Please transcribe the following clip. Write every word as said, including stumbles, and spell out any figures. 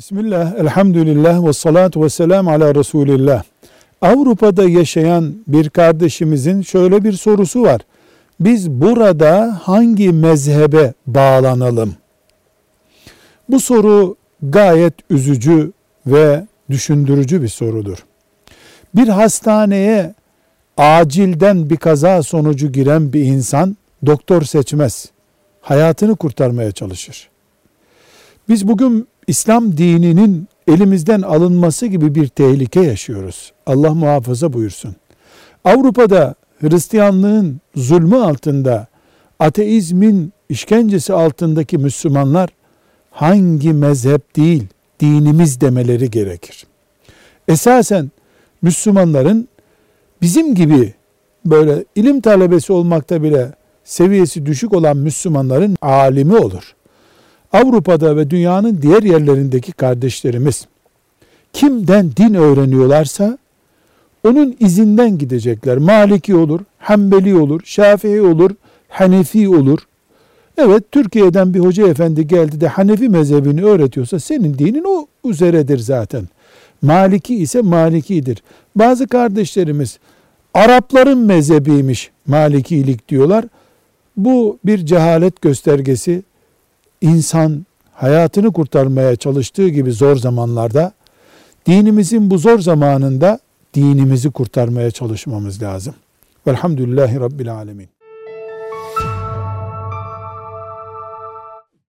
Bismillah, elhamdülillah ve salatu ve selam ala Resulillah. Avrupa'da yaşayan bir kardeşimizin şöyle bir sorusu var. Biz burada hangi mezhebe bağlanalım? Bu soru gayet üzücü ve düşündürücü bir sorudur. Bir hastaneye acilden bir kaza sonucu giren bir insan doktor seçmez. Hayatını kurtarmaya çalışır. Biz bugün İslam dininin elimizden alınması gibi bir tehlike yaşıyoruz. Allah muhafaza buyursun. Avrupa'da Hristiyanlığın zulmü altında, ateizmin işkencesi altındaki Müslümanlar hangi mezhep değil, dinimiz demeleri gerekir. Esasen Müslümanların bizim gibi böyle ilim talebesi olmakta bile seviyesi düşük olan Müslümanların alimi olur. Avrupa'da ve dünyanın diğer yerlerindeki kardeşlerimiz kimden din öğreniyorlarsa onun izinden gidecekler. Maliki olur, Hanbeli olur, Şafii olur, Hanefi olur. Evet, Türkiye'den bir hoca efendi geldi de Hanefi mezhebini öğretiyorsa senin dinin o üzeredir zaten. Maliki ise Malikidir. Bazı kardeşlerimiz Arapların mezhebiymiş Malikilik diyorlar. Bu bir cehalet göstergesi. İnsan hayatını kurtarmaya çalıştığı gibi zor zamanlarda, dinimizin bu zor zamanında dinimizi kurtarmaya çalışmamız lazım. Velhamdülillahi Rabbil Alemin.